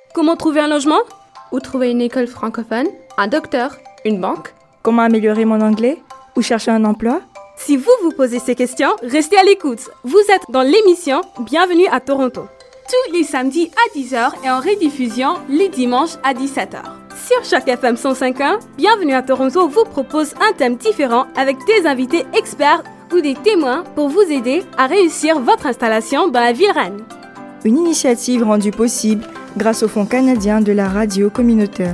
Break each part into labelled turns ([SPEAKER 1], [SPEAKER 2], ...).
[SPEAKER 1] Comment trouver un logement? Où trouver une école francophone? Un docteur? Une banque?
[SPEAKER 2] Comment améliorer mon anglais? Où chercher un emploi?
[SPEAKER 1] Si vous vous posez ces questions, restez à l'écoute. Vous êtes dans l'émission Bienvenue à Toronto. Tous les samedis à 10h et en rediffusion les dimanches à 17h. Sur Choc FM 105.1, Bienvenue à Toronto vous propose un thème différent avec des invités experts ou des témoins pour vous aider à réussir votre installation dans la ville reine.
[SPEAKER 2] Une initiative rendue possible grâce au Fonds canadien de la radio communautaire.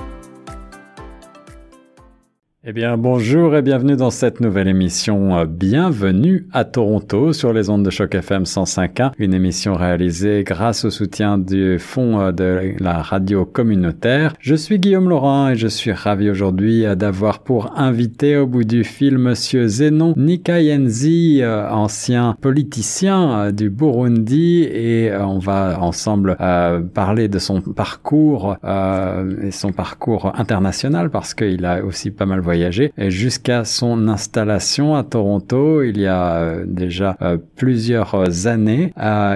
[SPEAKER 3] Eh bien, bonjour et bienvenue dans cette nouvelle émission Bienvenue à Toronto sur les ondes de Choc FM 105.1, une émission réalisée grâce au soutien du Fonds de la radio communautaire. Je suis Guillaume Laurent et je suis ravi aujourd'hui d'avoir pour invité au bout du fil Monsieur Zenon Nikayenzi, ancien politicien du Burundi, et on va ensemble parler de son parcours et son parcours international parce qu'il a aussi pas mal voyagé jusqu'à son installation à Toronto il y a déjà plusieurs années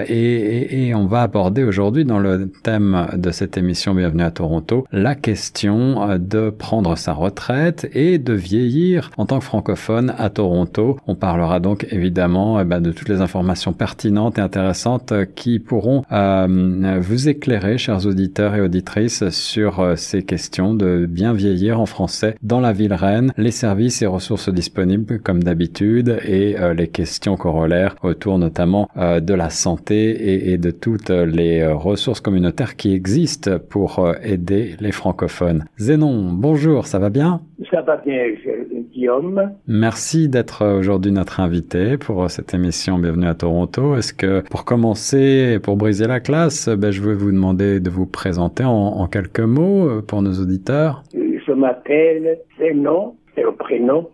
[SPEAKER 3] et on va aborder aujourd'hui dans le thème de cette émission Bienvenue à Toronto la question de prendre sa retraite et de vieillir en tant que francophone à Toronto. On parlera donc évidemment de toutes les informations pertinentes et intéressantes qui pourront vous éclairer, chers auditeurs et auditrices, sur ces questions de bien vieillir en français dans la ville reine, les services et ressources disponibles comme d'habitude et les questions corollaires autour notamment de la santé et de toutes les ressources communautaires qui existent pour aider les francophones. Zenon, bonjour, ça va bien?
[SPEAKER 4] Ça va bien, Guillaume.
[SPEAKER 3] Merci d'être aujourd'hui notre invité pour cette émission Bienvenue à Toronto. Est-ce que pour commencer, pour briser la classe, je vais vous demander de vous présenter en quelques mots pour nos auditeurs?
[SPEAKER 4] Je m'appelle Zenon, c'est le prénom,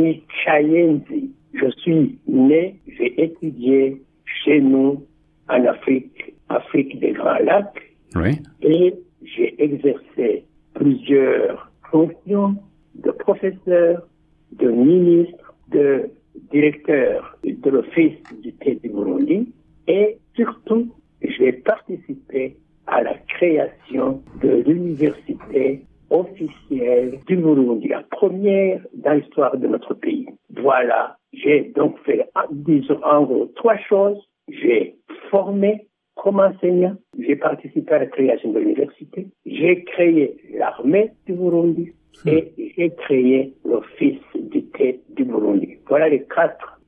[SPEAKER 4] Nikayenzi. Je suis né, j'ai étudié chez nous en Afrique des Grands Lacs.
[SPEAKER 3] Oui.
[SPEAKER 4] Et j'ai exercé plusieurs fonctions de professeur, de ministre, de directeur de l'Office du thé du Burundi. Et surtout, j'ai participé à la création de l'université officielle du Burundi, la première dans l'histoire de notre pays. Voilà, j'ai donc fait, disons en gros, trois choses. J'ai formé comme enseignant, j'ai participé à la création de l'université, j'ai créé l'armée du Burundi et j'ai créé l'Office du thé du Burundi. Voilà les quatre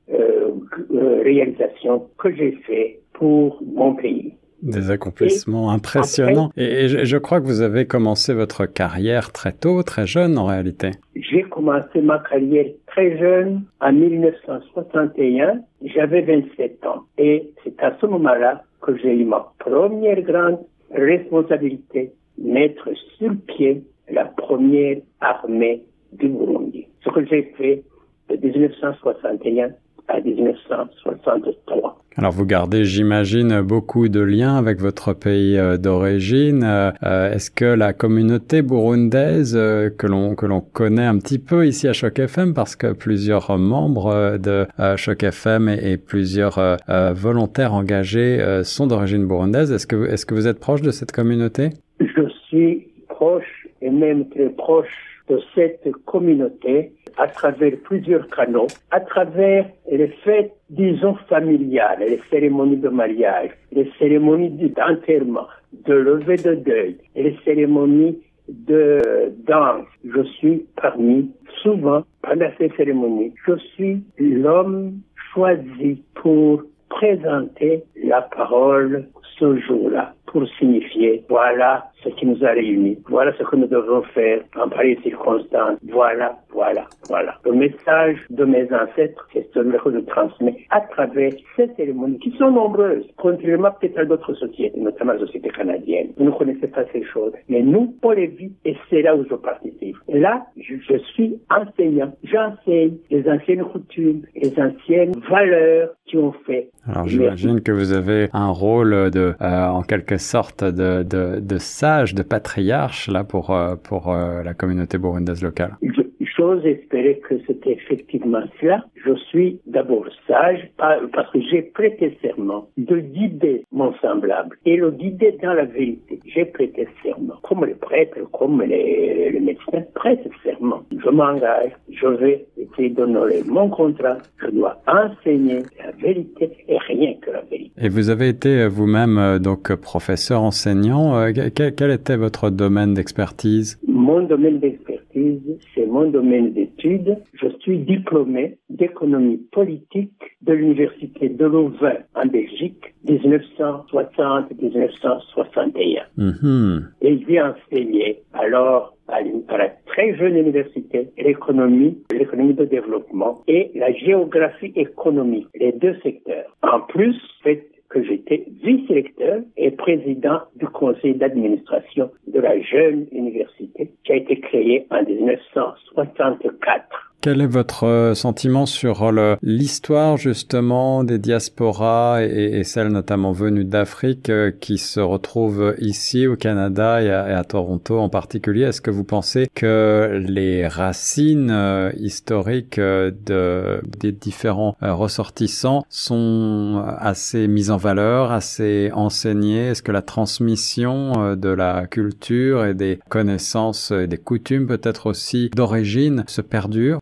[SPEAKER 4] réalisations que j'ai fait pour mon pays.
[SPEAKER 3] Des accomplissements impressionnants. Et je crois que vous avez commencé votre carrière très tôt, très jeune en réalité.
[SPEAKER 4] J'ai commencé ma carrière très jeune, en 1961. J'avais 27 ans. Et c'est à ce moment-là que j'ai eu ma première grande responsabilité, mettre sur pied la première armée du Burundi. Ce que j'ai fait de 1961 à 1963.
[SPEAKER 3] Alors vous gardez, j'imagine, beaucoup de liens avec votre pays d'origine. Est-ce que la communauté burundaise que l'on connaît un petit peu ici à Choc FM, parce que plusieurs membres de Choc FM et plusieurs volontaires engagés sont d'origine burundaise, est-ce que vous êtes proche de cette communauté?
[SPEAKER 4] Je suis proche et même très proche de cette communauté à travers plusieurs canaux, à travers les fêtes, disons, familiales, les cérémonies de mariage, les cérémonies d'enterrement, de levée de deuil, et les cérémonies de danse. Je suis souvent, pendant ces cérémonies, je suis l'homme choisi pour présenter la parole ce jour-là, pour signifier, voilà ce qui nous a réunis, voilà ce que nous devons faire en pareille circonstance, voilà. Le message de mes ancêtres, c'est celui que je transmets à travers ces cérémonies qui sont nombreuses, contrairement peut-être à d'autres sociétés, notamment la société canadienne. Vous ne connaissez pas ces choses, mais nous, on les vit et c'est là où je participe. Et là, je suis enseignant, j'enseigne les anciennes coutumes, les anciennes valeurs qui ont fait.
[SPEAKER 3] Alors j'imagine que vous avez un rôle en quelque sorte de sage, de patriarche là pour la communauté burundaise locale.
[SPEAKER 4] J'ose espérer que c'est effectivement cela. Je suis d'abord sage parce que j'ai prêté serment de guider mon semblable et le guider dans la vérité. j'ai prêté serment. Comme les prêtres, comme les médecins prêtent serment. Je m'engage, je vais essayer d'honorer mon contrat, je dois enseigner la vérité et rien que la vérité.
[SPEAKER 3] Et vous avez été vous-même donc professeur enseignant. Quel était votre domaine d'expertise?
[SPEAKER 4] Mon domaine d'expertise, c'est mon domaine d'études. Je suis diplômé d'économie politique de l'université de Louvain en Belgique, 1960-1961. Et j'ai enseigné alors à la très jeune université l'économie de développement et la géographie économique, les deux secteurs. En plus, fait que j'étais vice-recteur et président du conseil d'administration de la jeune université qui a été créée en 1964.
[SPEAKER 3] Quel est votre sentiment sur l'histoire justement des diasporas et celles notamment venues d'Afrique qui se retrouvent ici au Canada et à Toronto en particulier? Est-ce que vous pensez que les racines historiques des différents ressortissants sont assez mises en valeur, assez enseignées? Est-ce que la transmission de la culture et des connaissances et des coutumes peut-être aussi d'origine se perdure?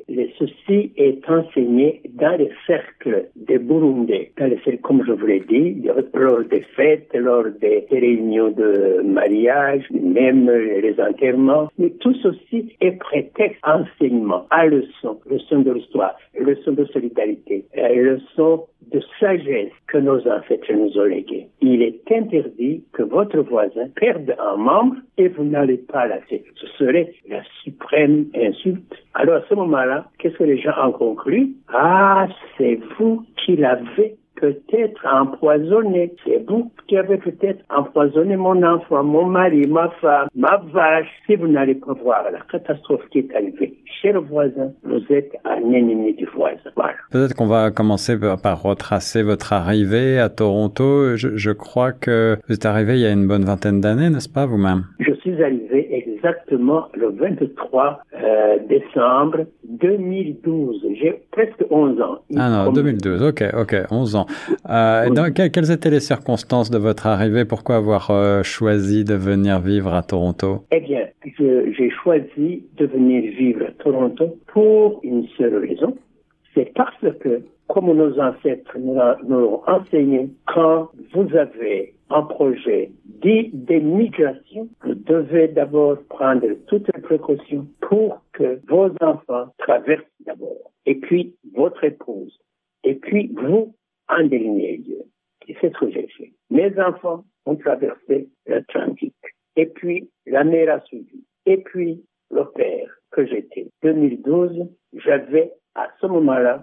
[SPEAKER 4] Ceci est enseigné dans les cercles des Burundais, comme je vous l'ai dit, lors des fêtes, lors des réunions de mariage, même les enterrements. Mais tout ceci est prétexte à enseignement, à leçon de l'histoire, leçon de solidarité, leçon de sagesse que nos ancêtres nous ont léguée. Il est interdit que votre voisin perde un membre et vous n'allez pas lâcher. Ce serait la suprême insulte. Alors à ce moment-là, qu'est-ce que les gens ont conclu? Ah, c'est vous qui l'avez peut-être empoisonné. C'est vous qui avez peut-être empoisonné mon enfant, mon mari, ma femme, ma vache. Si vous n'allez pas voir la catastrophe qui est arrivée chez le voisin, vous êtes un ennemi du voisin. Voilà.
[SPEAKER 3] Peut-être qu'on va commencer par retracer votre arrivée à Toronto. Je crois que vous êtes arrivé il y a une bonne vingtaine d'années, n'est-ce pas, vous-même?
[SPEAKER 4] Je suis arrivé exactement le 23 décembre 2012. J'ai presque 11 ans.
[SPEAKER 3] Ah non, 2012, ok, 11 ans. Quelles étaient les circonstances de votre arrivée? Pourquoi avoir choisi de venir vivre à Toronto?
[SPEAKER 4] Eh bien, j'ai choisi de venir vivre à Toronto pour une seule raison. C'est parce que, comme nos ancêtres nous l'ont enseigné, quand vous avez un projet dit d'émigration, vous devez d'abord prendre toutes les précautions pour que vos enfants traversent d'abord, et puis votre épouse, et puis vous en dernier lieu. Et c'est ce que j'ai fait. Mes enfants ont traversé l'Atlantique, et puis la mer a suivi, et puis le père que j'étais. 2012, j'avais à ce moment-là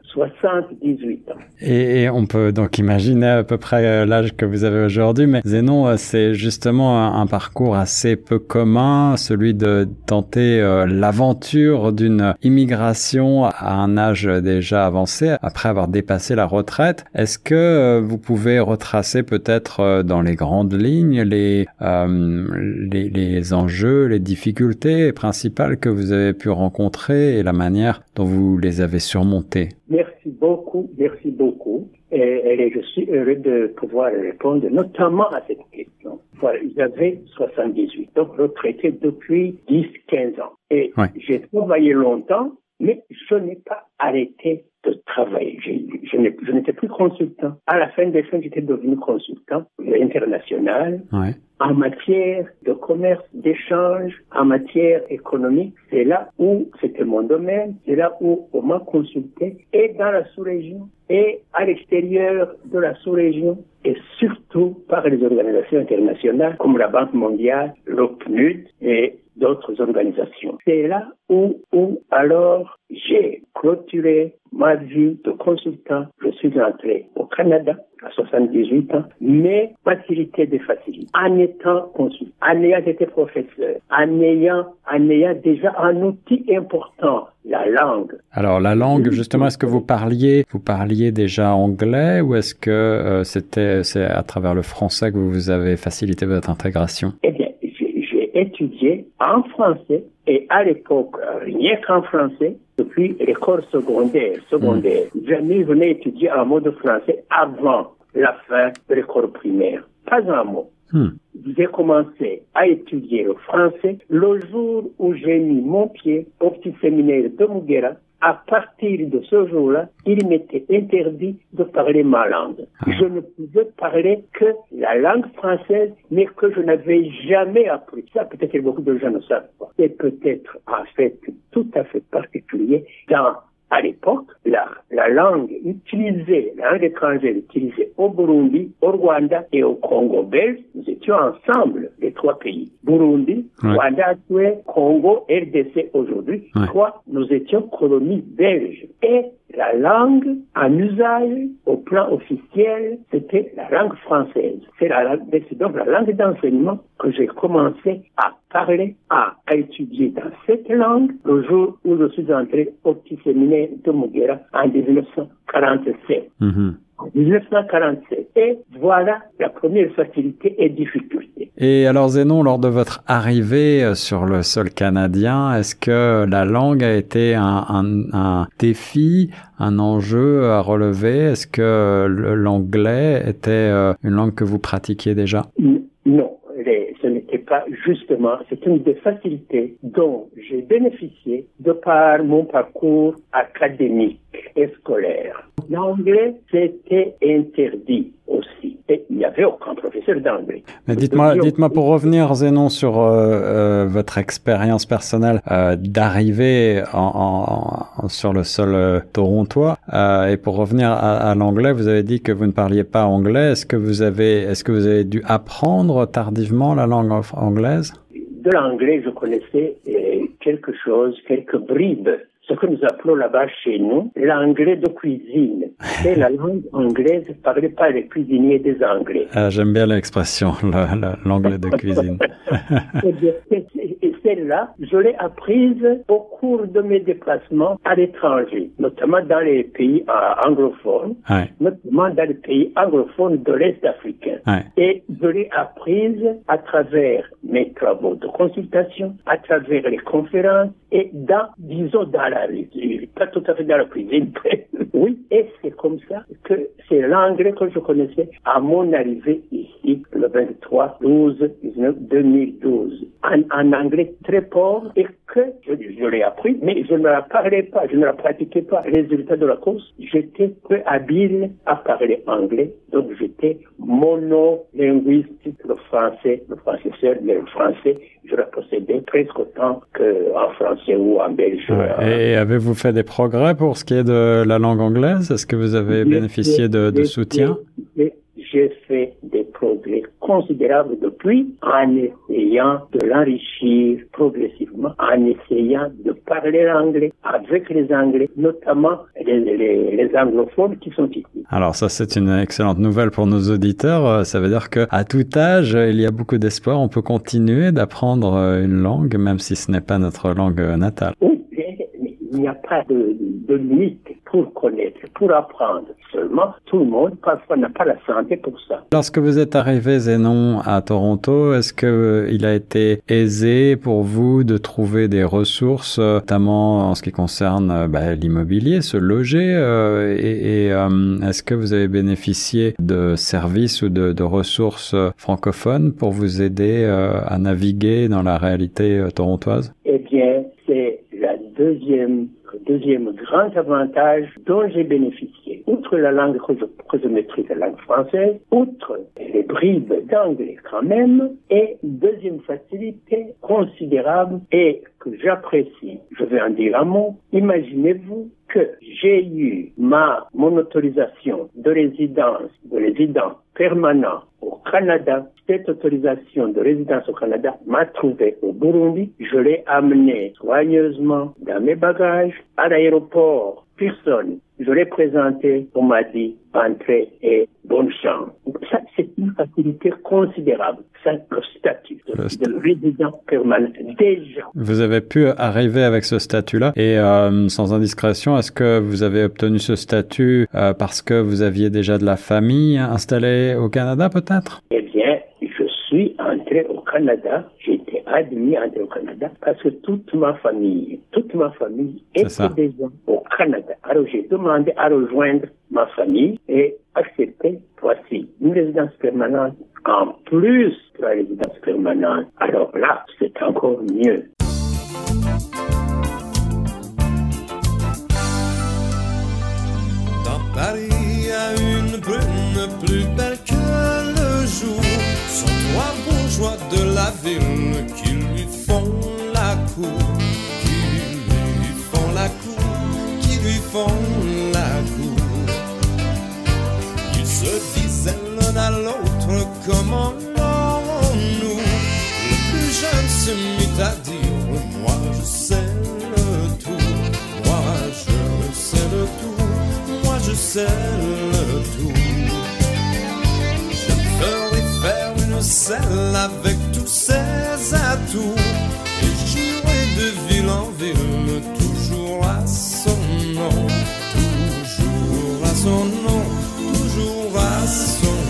[SPEAKER 4] 78 ans.
[SPEAKER 3] Et on peut donc imaginer à peu près l'âge que vous avez aujourd'hui, mais Zénon, c'est justement un parcours assez peu commun, celui de tenter l'aventure d'une immigration à un âge déjà avancé, après avoir dépassé la retraite. Est-ce que vous pouvez retracer peut-être dans les grandes lignes les enjeux, les difficultés principales que vous avez pu rencontrer et la manière dont vous les avez surmonté?
[SPEAKER 4] Merci beaucoup. Et je suis heureux de pouvoir répondre notamment à cette question. Voilà, j'avais 78, donc retraité depuis 10-15 ans. Et j'ai travaillé longtemps, mais je n'ai pas arrêté de travailler. Je n'étais plus consultant. À la fin des fins, j'étais devenu consultant international. En matière de commerce, d'échange, en matière économique, c'est là où c'était mon domaine, c'est là où on m'a consulté, et dans la sous-région, et à l'extérieur de la sous-région, et surtout par les organisations internationales comme la Banque mondiale, le PNUD et d'autres organisations. C'est là où alors j'ai clôturé ma vie de consultant. Je suis entré au Canada à 78 ans, mais facilité de facilité. En étant consultant, en ayant été professeur, en ayant déjà un outil important, la langue.
[SPEAKER 3] Alors la langue, justement, est-ce que vous parliez déjà anglais ou est-ce que c'est à travers le français que vous avez facilité votre intégration?
[SPEAKER 4] Eh bien, j'ai étudié en français et à l'époque, rien qu'en français, depuis l'école secondaire. Jamais je n'ai étudié un mot de français avant la fin de l'école primaire. Pas un mot. j'ai commencé à étudier le français le jour où j'ai mis mon pied au petit séminaire de Mugera. À partir de ce jour-là, il m'était interdit de parler ma langue. Je ne pouvais parler que la langue française, mais que je n'avais jamais appris. Ça, peut-être que beaucoup de gens ne savent pas. C'est peut-être, en fait, tout à fait particulier à l'époque, la langue utilisée, la langue étrangère utilisée au Burundi, au Rwanda et au Congo belge, nous étions ensemble, les trois pays. Burundi, Rwanda, Congo, RDC aujourd'hui. Trois, nous étions colonies belges. Et la langue en usage au plan officiel, c'était la langue française. C'est donc la langue d'enseignement que j'ai commencé à parler, à étudier dans cette langue le jour où je suis entré au petit séminaire de Mugera en 1947. En 1947. Et voilà la première facilité et difficulté.
[SPEAKER 3] Et alors Zénon, lors de votre arrivée sur le sol canadien, est-ce que la langue a été un défi, un enjeu à relever? Est-ce que l'anglais était une langue que vous pratiquiez déjà?
[SPEAKER 4] Non. Ce n'était pas justement, c'est une des facilités dont j'ai bénéficié de par mon parcours académique et scolaire. L'anglais, c'était interdit aussi. Et il n'y avait aucun professeur d'anglais.
[SPEAKER 3] Mais dites-moi pour revenir, Zénon, sur votre expérience personnelle d'arrivée sur le sol torontois. Et pour revenir à l'anglais, vous avez dit que vous ne parliez pas anglais. Est-ce que vous avez dû apprendre tardivement la langue anglaise?
[SPEAKER 4] De l'anglais, je connaissais quelques bribes. Ce que nous appelons là-bas chez nous, l'anglais de cuisine. C'est la langue anglaise parlée par les cuisiniers des Anglais.
[SPEAKER 3] J'aime bien l'expression, l'anglais de cuisine.
[SPEAKER 4] Et celle-là, je l'ai apprise au cours de mes déplacements à l'étranger, notamment dans les pays anglophones, notamment dans les pays anglophones de l'Est africain. Et je l'ai apprise à travers mes travaux de consultation, à travers les conférences et dans la rue, pas tout à fait dans la cuisine. Oui, et c'est comme ça que c'est l'anglais que je connaissais à mon arrivée ici, le 23/12/2012. Un anglais très pauvre et que je l'ai appris, mais je ne la parlais pas, je ne la pratiquais pas. Résultat de la course, j'étais peu habile à parler anglais, donc j'étais monolinguiste, le français seul, mais le français, je le possédais presque autant qu'en français ou en belge.
[SPEAKER 3] Et avez-vous fait des progrès pour ce qui est de la langue anglaise? Est-ce que vous avez bénéficié de soutien?
[SPEAKER 4] J'ai fait des progrès considérables depuis en essayant de l'enrichir progressivement, en essayant de parler l'anglais avec les Anglais, notamment les anglophones qui sont ici.
[SPEAKER 3] Alors ça, c'est une excellente nouvelle pour nos auditeurs. Ça veut dire qu'à tout âge, il y a beaucoup d'espoir. On peut continuer d'apprendre une langue, même si ce n'est pas notre langue natale.
[SPEAKER 4] Oui, il n'y a pas de limite pour connaître, pour apprendre. Seulement, tout le monde, parfois, n'a pas la santé pour ça.
[SPEAKER 3] Lorsque vous êtes arrivé, Zénon, à Toronto, est-ce que il a été aisé pour vous de trouver des ressources, notamment en ce qui concerne l'immobilier, se loger, est-ce que vous avez bénéficié de services ou de ressources francophones pour vous aider à naviguer dans la réalité torontoise?
[SPEAKER 4] Eh bien, c'est la deuxième grand avantage dont j'ai bénéficié. Outre la langue que je maîtrise, la langue française, outre les bribes d'anglais quand même, et deuxième facilité considérable et que j'apprécie, je vais en dire un mot, imaginez-vous que j'ai eu mon autorisation de résident permanent au Canada. Cette autorisation de résidence au Canada m'a trouvé au Burundi. Je l'ai amenée soigneusement dans mes bagages à l'aéroport. Personne. Je l'ai présenté, on m'a dit, entrée et bonne chance. Ça, c'est une facilité considérable. C'est le statut de résident permanent. Déjà.
[SPEAKER 3] Vous avez pu arriver avec ce statut-là et sans indiscrétion, est-ce que vous avez obtenu ce statut parce que vous aviez déjà de la famille installée au Canada peut-être?
[SPEAKER 4] Eh bien, je suis entré au Canada. J'ai été admis à entrer au Canada parce que toute ma famille était déjà au Canada. Alors j'ai demandé à rejoindre ma famille et accepté, voici, une résidence permanente en plus de la résidence permanente. Alors là, c'est encore mieux.
[SPEAKER 5] Dans Paris, il y a une brune plus belle que le jour. Sont trois bourgeois de la ville qui lui font la cour, qui lui font la cour, qui lui font la cour. Ils se disaient l'un à l'autre comment nous. Le plus jeune se mit à dire moi je sais le tout, moi je sais le tout, moi je sais le tout. Je ferai faire une selle avec tous ses atouts et j'irai de ville en ville, toujours à son nom, toujours à son nom, toujours à son nom.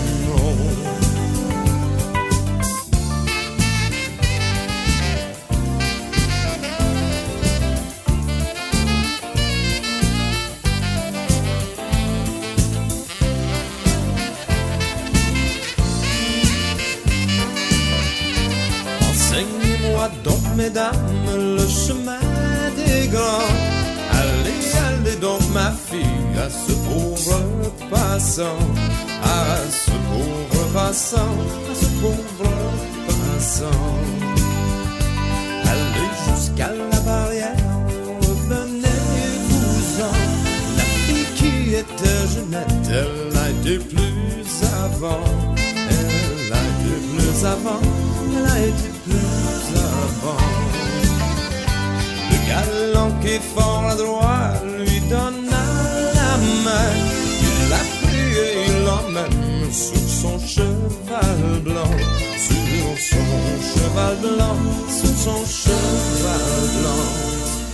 [SPEAKER 5] Enseignez-moi donc, mesdames, le chemin des grands. Allez, allez donc, ma fille, à ce pauvre passant, à ce pauvre passant, à ce pauvre passant. Allez jusqu'à la barrière, revenez-vous-en. La fille qui était jeunette, elle a été plus avant. Elle a été plus avant, elle a été plus avant. Le galant qui est fort adroit lui donna la main. Il l'a pris et il l'emmène sur son cheval blanc, sur son cheval blanc, sur son cheval blanc.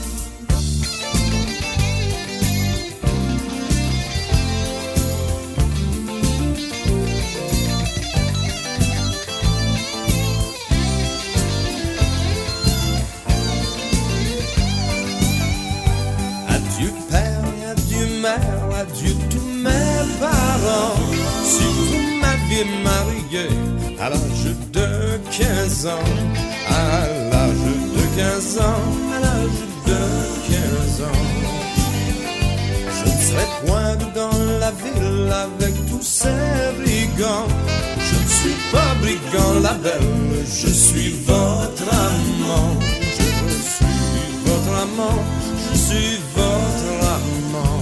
[SPEAKER 5] Adieu tous mes parents. Si vous m'aviez marié à l'âge de 15 ans, à l'âge de 15 ans, à l'âge de 15 ans, je ne serais point dans la ville avec tous ces brigands. Je ne suis pas brigand, la belle, je suis votre amant. Je suis votre amant, je suis votre amant.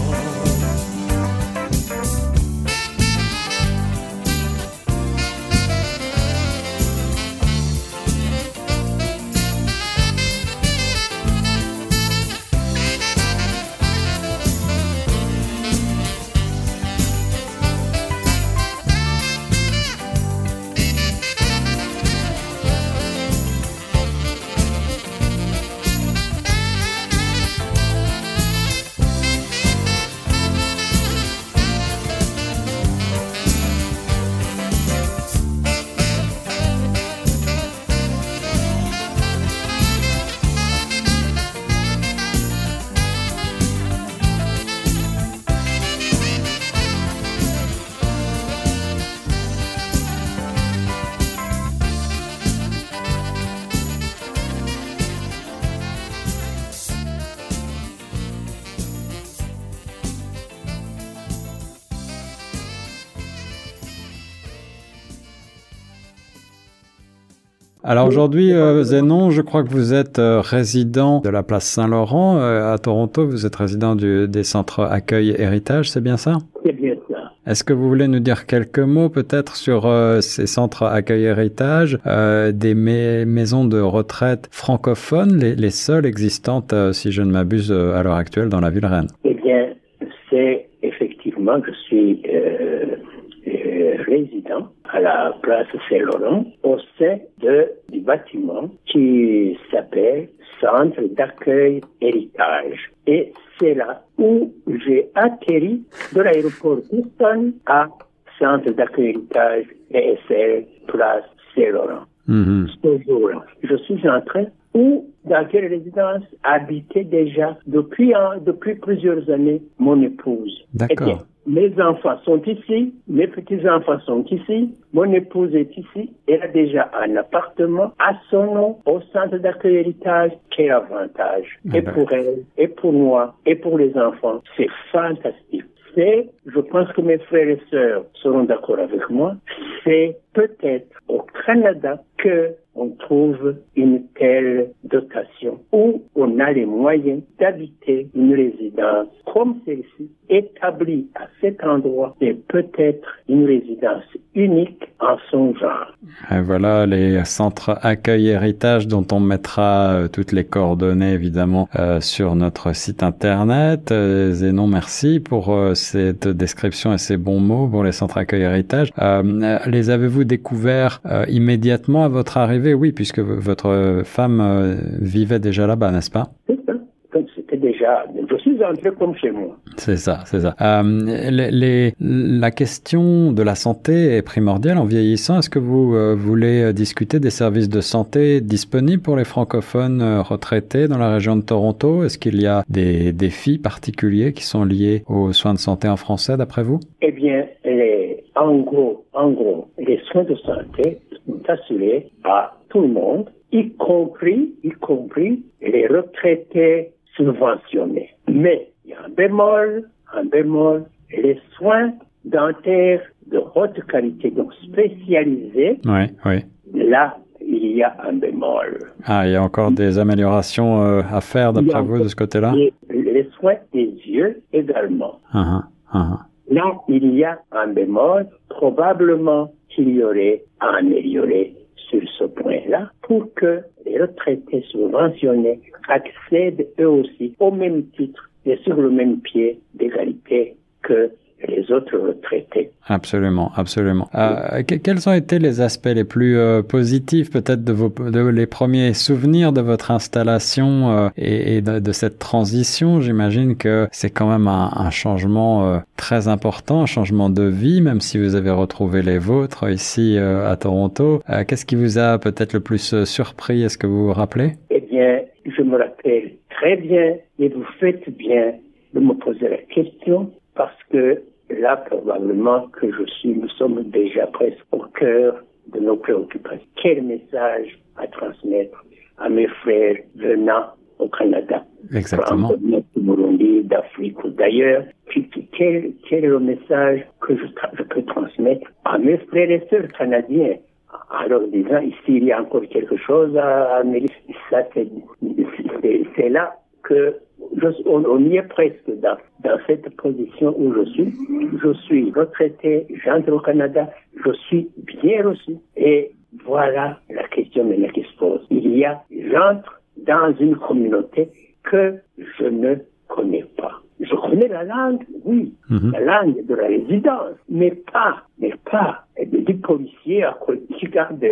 [SPEAKER 3] Alors aujourd'hui, Zénon, je crois que vous êtes résident de la place Saint-Laurent à Toronto. Vous êtes résident des centres accueil héritage, c'est bien ça?
[SPEAKER 4] C'est bien ça.
[SPEAKER 3] Est-ce que vous voulez nous dire quelques mots peut-être sur ces centres accueil héritage, des maisons de retraite francophones, les seules existantes, si je ne m'abuse, à l'heure actuelle dans la ville Rennes?
[SPEAKER 4] Eh bien, c'est effectivement, je suis résident à la place Saint-Laurent au sein du bâtiment qui s'appelle Centre d'accueil héritage. Et c'est là où j'ai atterri de l'aéroport d'Houston à Centre d'accueil héritage ESL place Saint-Laurent. Ce jour-là, je suis entré où, dans quelle résidence habitait déjà depuis plusieurs années mon épouse.
[SPEAKER 3] D'accord.
[SPEAKER 4] Eh bien, Mes enfants sont ici, mes petits-enfants sont ici, mon épouse est ici, elle a déjà un appartement à son nom au centre d'accueil héritage. Quel avantage! Et pour elle, et pour moi, et pour les enfants, c'est fantastique. Je pense que mes frères et sœurs seront d'accord avec moi, c'est peut-être au Canada que on trouve une telle dotation où on a les moyens d'habiter une résidence comme celle-ci, établie à cet endroit, et peut-être une résidence unique en son genre.
[SPEAKER 3] Et voilà les centres accueil héritage dont on mettra toutes les coordonnées évidemment sur notre site internet. Zénon, merci pour cette description et ces bons mots pour les centres accueil héritage. Les avez-vous découverts immédiatement à votre arrivée? Oui, puisque votre femme vivait déjà là-bas, n'est-ce pas?
[SPEAKER 4] C'est ça. Donc c'était déjà, je suis entré comme chez moi.
[SPEAKER 3] C'est ça, c'est ça. La question de la santé est primordiale en vieillissant. Est-ce que vous voulez discuter des services de santé disponibles pour les francophones retraités dans la région de Toronto? Est-ce qu'il y a des défis particuliers qui sont liés aux soins de santé en français, d'après vous?
[SPEAKER 4] Eh bien, en gros, les soins de santé sont assurés à tout le monde, y compris les retraités subventionnés. Mais il y a un bémol, les soins dentaires de haute qualité, donc spécialisés.
[SPEAKER 3] Oui.
[SPEAKER 4] Là, il y a un bémol.
[SPEAKER 3] Ah, il y a encore des améliorations à faire d'après vous de ce côté-là?
[SPEAKER 4] Les soins des yeux également. Là, il y a un bémol, probablement qu'il y aurait à améliorer sur ce point-là pour que les retraités subventionnés accèdent eux aussi au même titre et sur le même pied d'égalité que les autres retraités.
[SPEAKER 3] Absolument. Quels ont été les aspects les plus positifs peut-être de les premiers souvenirs de votre installation et de cette transition? J'imagine que c'est quand même un changement très important, un changement de vie, même si vous avez retrouvé les vôtres ici à Toronto. Qu'est-ce qui vous a peut-être le plus surpris? Est-ce que vous vous rappelez?
[SPEAKER 4] Eh bien, je me rappelle très bien et vous faites bien de me poser la question parce que là, probablement que nous sommes déjà presque au cœur de nos préoccupations. Quel message à transmettre à mes frères venant au Canada?
[SPEAKER 3] Exactement.
[SPEAKER 4] Du Burundi, d'Afrique ou d'ailleurs. Quel est le message que je peux transmettre à mes frères et sœurs canadiens? En leur disant, ici, il y a encore quelque chose à améliorer. Ça, c'est là que on y est presque dans cette position où je suis. Je suis retraité, j'entre au Canada, je suis bien reçu. Et voilà la question maintenant qui se pose. J'entre dans une communauté que je ne connais pas. Je connais la langue, oui, la langue de la résidence, mais pas du policier qui garde,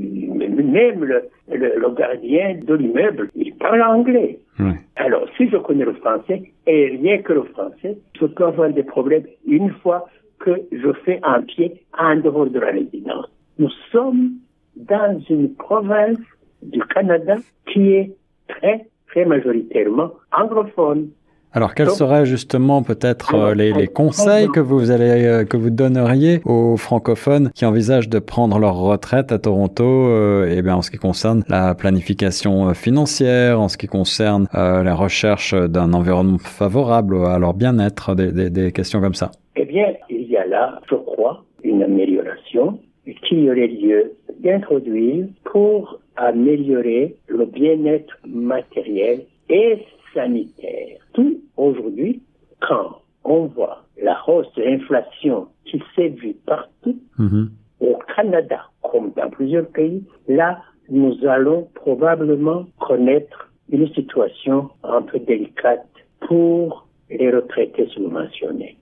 [SPEAKER 4] même le gardien de l'immeuble, il parle anglais. Oui. Alors, si je connais le français, et rien que le français, je peux avoir des problèmes une fois que je fais un pied en dehors de la résidence. Nous sommes dans une province du Canada qui est très, très majoritairement anglophone.
[SPEAKER 3] Alors, quels seraient justement peut-être les conseils que vous donneriez aux francophones qui envisagent de prendre leur retraite à Toronto, en ce qui concerne la planification financière, en ce qui concerne la recherche d'un environnement favorable à leur bien-être, des questions comme ça?
[SPEAKER 4] Eh bien, il y a là, je crois, une amélioration qui aurait lieu d'introduire pour améliorer le bien-être matériel et sanitaire. Tout aujourd'hui, quand on voit la hausse de l'inflation qui s'est vue partout, au Canada comme dans plusieurs pays, là, nous allons probablement connaître une situation un peu délicate pour les retraités subventionnés.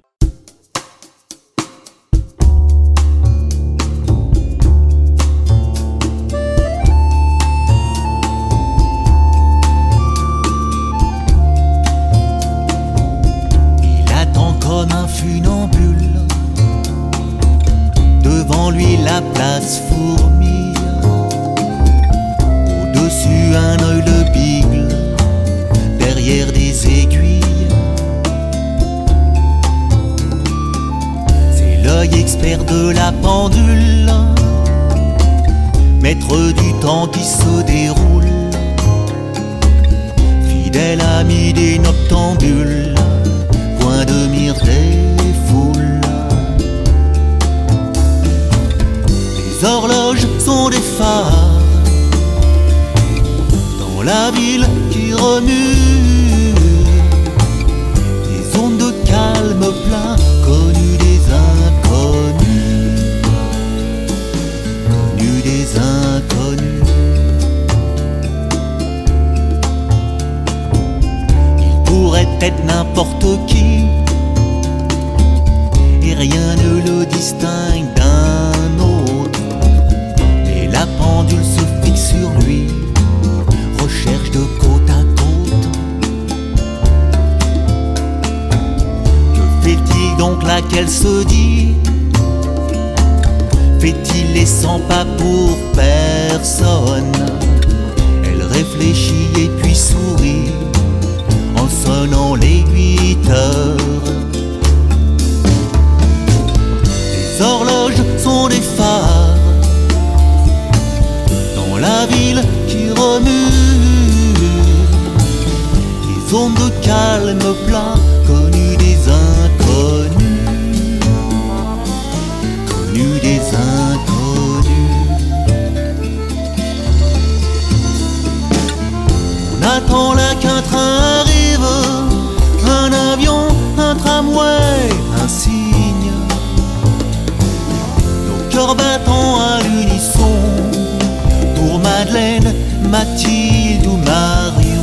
[SPEAKER 6] Funambule, devant lui la place fourmille, au-dessus un œil le bigle, derrière des aiguilles. père de la pendule, maître du temps qui se déroule, fidèle ami des noctambules, point de mire des foules. Les horloges sont des phares dans la ville qui remue, des ondes de calme plein, connues des inconnus, connues des inconnus. Il pourrait être n'importe qui, et rien ne le distingue d'un autre, mais la pendule se fixe sur lui, recherche de côte à côte. Que fait-il donc là qu'elle se dit? Fait-il les 100 pas pour personne? Elle réfléchit et puis sourit en sonnant les 8 heures. Les horloges sont des phares dans la ville qui remue, des ondes de calme plat, connues des inconnus, connues des inconnus. On attend là qu'un train arrive, un avion, un tramway, un signe, nos cœurs battant à l'unisson, pour Madeleine, Mathilde ou Marion.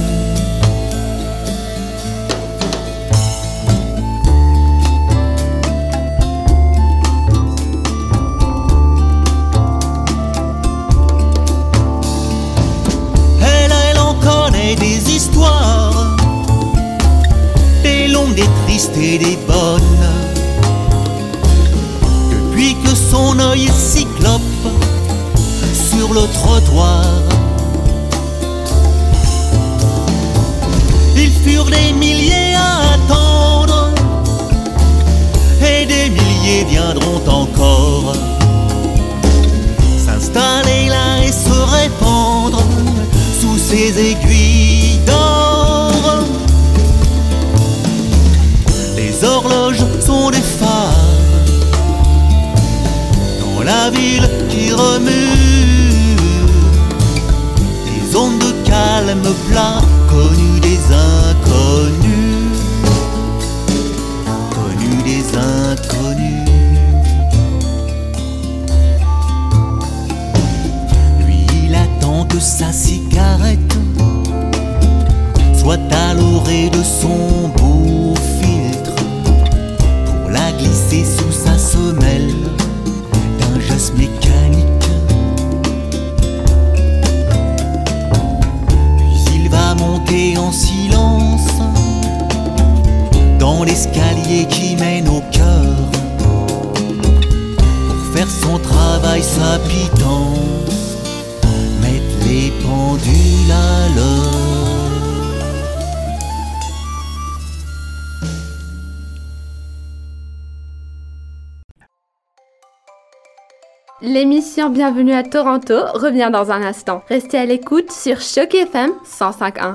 [SPEAKER 6] Elle en connaît des histoires, des longues, des tristes et des bonnes. Depuis que son œil est cyclope sur le trottoir, ils furent des milliers à attendre, et des milliers viendront encore, s'installer là et se répandre sous ses aiguilles d'or. Les horloges sont des phares dans la ville qui remue, des ondes de calme plat, connues des inconnus, connues des inconnus. Lui, il attend que sa cigarette soit à l'orée de son beau filtre, pour la glisser sous sa semelle d'un geste mécanique. Puis il va monter en silence dans l'escalier qui mène au cœur, pour faire son travail, sa pitance, mettre les pendules à l'heure.
[SPEAKER 1] L'émission Bienvenue à Toronto revient dans un instant. Restez à l'écoute sur Choc FM 105.1.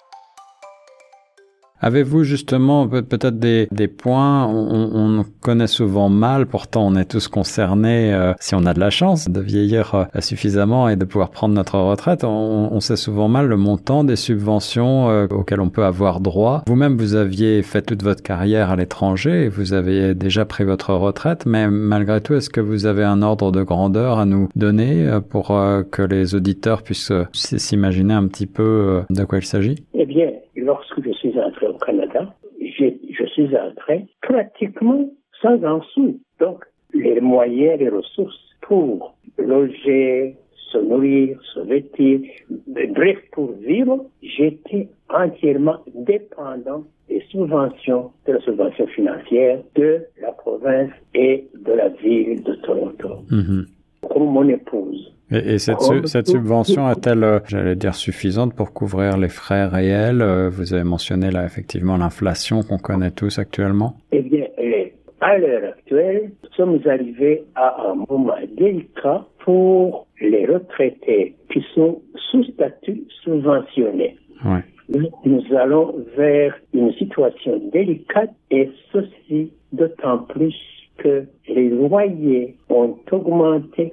[SPEAKER 3] Avez-vous justement peut-être des points, on connaît souvent mal, pourtant on est tous concernés, si on a de la chance de vieillir suffisamment et de pouvoir prendre notre retraite, on sait souvent mal le montant des subventions auxquelles on peut avoir droit. Vous-même, vous aviez fait toute votre carrière à l'étranger et vous avez déjà pris votre retraite, mais malgré tout, est-ce que vous avez un ordre de grandeur à nous donner pour que les auditeurs puissent s'imaginer un petit peu de quoi il s'agit?
[SPEAKER 4] Eh bien, lorsque je suis entré au Canada, je suis entré pratiquement sans un sou. Donc, les moyens, les ressources pour loger, se nourrir, se vêtir, bref, pour vivre, j'étais entièrement dépendant des subventions, de la subvention financière de la province et de la ville de Toronto. Mm-hmm. Comme mon épouse.
[SPEAKER 3] Et cette subvention est-elle, j'allais dire, suffisante pour couvrir les frais réels? Vous avez mentionné là effectivement l'inflation qu'on connaît tous actuellement.
[SPEAKER 4] Eh bien, à l'heure actuelle, nous sommes arrivés à un moment délicat pour les retraités qui sont sous statut subventionné.
[SPEAKER 3] Ouais.
[SPEAKER 4] Nous allons vers une situation délicate et ceci d'autant plus que les loyers ont augmenté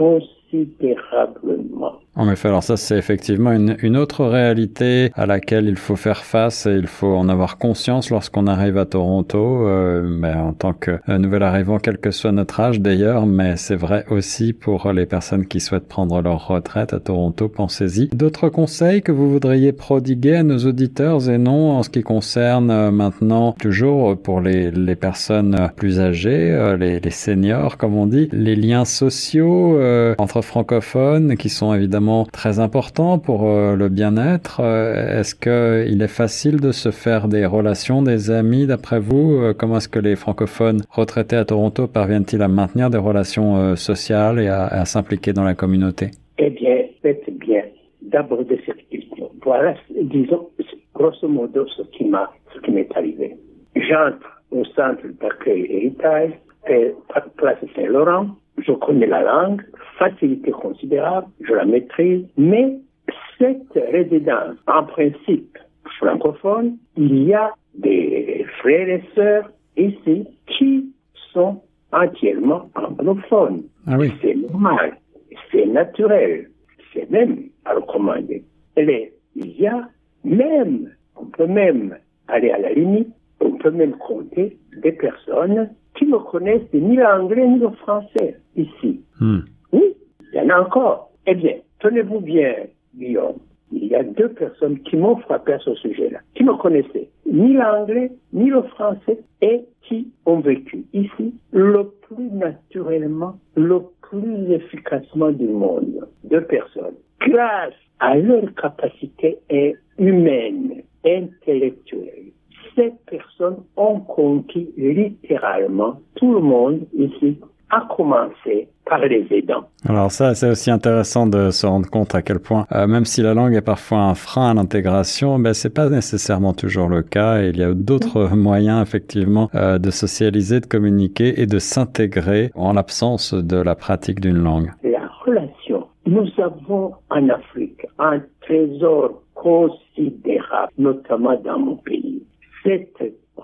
[SPEAKER 4] considérablement.
[SPEAKER 3] En effet, alors ça c'est effectivement une autre réalité à laquelle il faut faire face et il faut en avoir conscience lorsqu'on arrive à Toronto, en tant que nouvel arrivant, quel que soit notre âge d'ailleurs, mais c'est vrai aussi pour les personnes qui souhaitent prendre leur retraite à Toronto, pensez-y. D'autres conseils que vous voudriez prodiguer à nos auditeurs et non en ce qui concerne maintenant toujours pour les personnes plus âgées, les seniors comme on dit, les liens sociaux entre francophones qui sont évidemment très important pour le bien-être. Est-ce qu'il est facile de se faire des relations, des amis d'après vous? Comment est-ce que les francophones retraités à Toronto parviennent-ils à maintenir des relations sociales et à s'impliquer dans la communauté?
[SPEAKER 4] Eh bien, faites bien d'aborder cette question. Voilà, disons, grosso modo, ce qui m'est arrivé. J'entre au centre d'accueil héritage, place Saint-Laurent. Je connais la langue, facilité considérable, je la maîtrise, mais cette résidence, en principe francophone, il y a des frères et sœurs ici qui sont entièrement anglophones.
[SPEAKER 3] Ah oui.
[SPEAKER 4] C'est normal, c'est naturel, c'est même à recommander. Il y a même, on peut même aller à la limite, on peut même compter des personnes qui ne connaissent ni l'anglais ni le français ici. Oui, il y en a encore. Eh bien, tenez-vous bien, Guillaume. Il y a 2 personnes qui m'ont frappé à ce sujet-là, qui ne connaissaient ni l'anglais ni le français et qui ont vécu ici le plus naturellement, le plus efficacement du monde. 2 personnes. Grâce à leur capacité humaine, intellectuelle, ces personnes ont conquis littéralement tout le monde ici, à commencer par les aidants.
[SPEAKER 3] Alors ça, c'est aussi intéressant de se rendre compte à quel point, même si la langue est parfois un frein à l'intégration, c'est pas nécessairement toujours le cas. Et il y a d'autres moyens, effectivement, de socialiser, de communiquer et de s'intégrer en l'absence de la pratique d'une langue.
[SPEAKER 4] La relation. Nous avons en Afrique un trésor considérable, notamment dans mon pays. Cette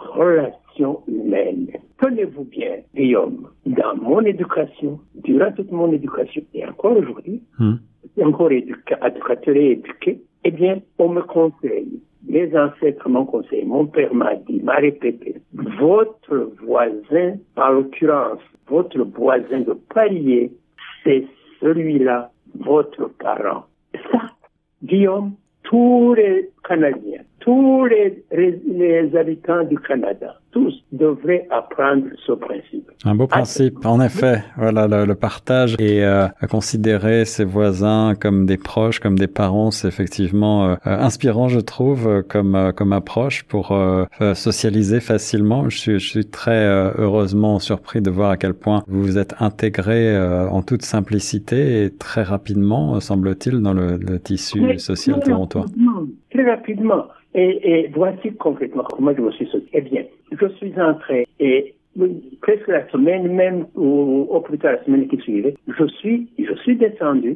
[SPEAKER 4] relation humaine. Tenez-vous bien, Guillaume, dans mon éducation, durant toute mon éducation, et encore aujourd'hui, encore éducateur et éduqué, eh bien, on me conseille, mes ancêtres m'ont conseillé, mon père m'a répété, votre voisin, en l'occurrence, votre voisin de palier, c'est celui-là, votre parent. Ça, Guillaume, tous les Canadiens, tous les habitants du Canada, tous devraient apprendre ce principe.
[SPEAKER 3] Un beau principe, en effet. Voilà, le partage et à considérer ses voisins comme des proches, comme des parents, c'est effectivement inspirant, je trouve, comme approche pour socialiser facilement. Je suis très heureusement surpris de voir à quel point vous vous êtes intégré en toute simplicité et très rapidement, semble-t-il, dans le tissu social torontois.
[SPEAKER 4] Très rapidement. Et voici concrètement comment je me suis sorti. Eh bien, je suis entré et presque la semaine même ou au plus tard la semaine qui suivait, je suis descendu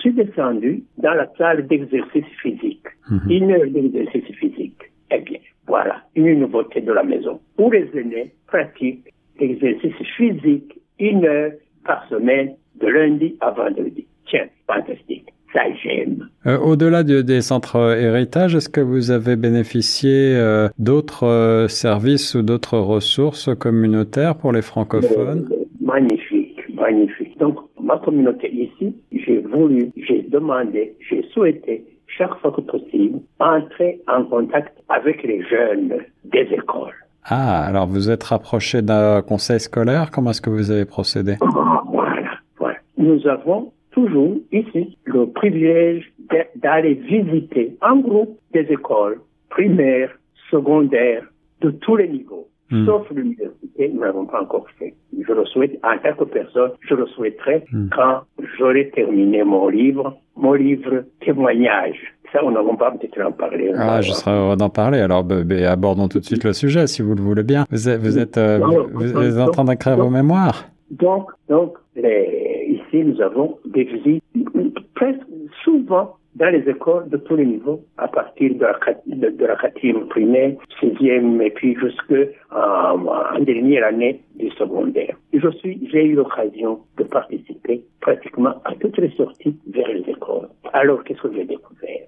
[SPEAKER 4] dans la salle d'exercice physique. 1 heure d'exercice physique. Eh bien, voilà, une nouveauté de la maison. Où les aînés pratiquent l'exercice physique 1 heure par semaine de lundi à vendredi. Tiens, fantastique. Ça, j'aime.
[SPEAKER 3] Au-delà des centres héritage, est-ce que vous avez bénéficié d'autres services ou d'autres ressources communautaires pour les francophones?
[SPEAKER 4] Magnifique. Donc, ma communauté ici, j'ai demandé, j'ai souhaité, chaque fois que possible, entrer en contact avec les jeunes des écoles.
[SPEAKER 3] Ah, alors vous êtes rapproché d'un conseil scolaire. Comment est-ce que vous avez procédé?
[SPEAKER 4] Voilà. Nous avons toujours ici le privilège d'aller visiter en groupe des écoles primaires, secondaires, de tous les niveaux. Sauf l'université, nous n'avons pas encore fait. Je le souhaite en tant que personne, je le souhaiterai quand j'aurai terminé mon livre témoignage. Ça, on va peut-être en parler.
[SPEAKER 3] Je serais heureux d'en parler. Alors, abordons tout de suite le sujet, si vous le voulez bien. Vous êtes en train d'écrire vos mémoires.
[SPEAKER 4] Donc, ici, nous avons des visites presque souvent dans les écoles de tous les niveaux, à partir de la 4e primaire, 6e, et puis jusqu'en dernière année du secondaire. J'ai eu l'occasion de participer pratiquement à toutes les sorties vers les écoles. Alors, qu'est-ce que j'ai découvert?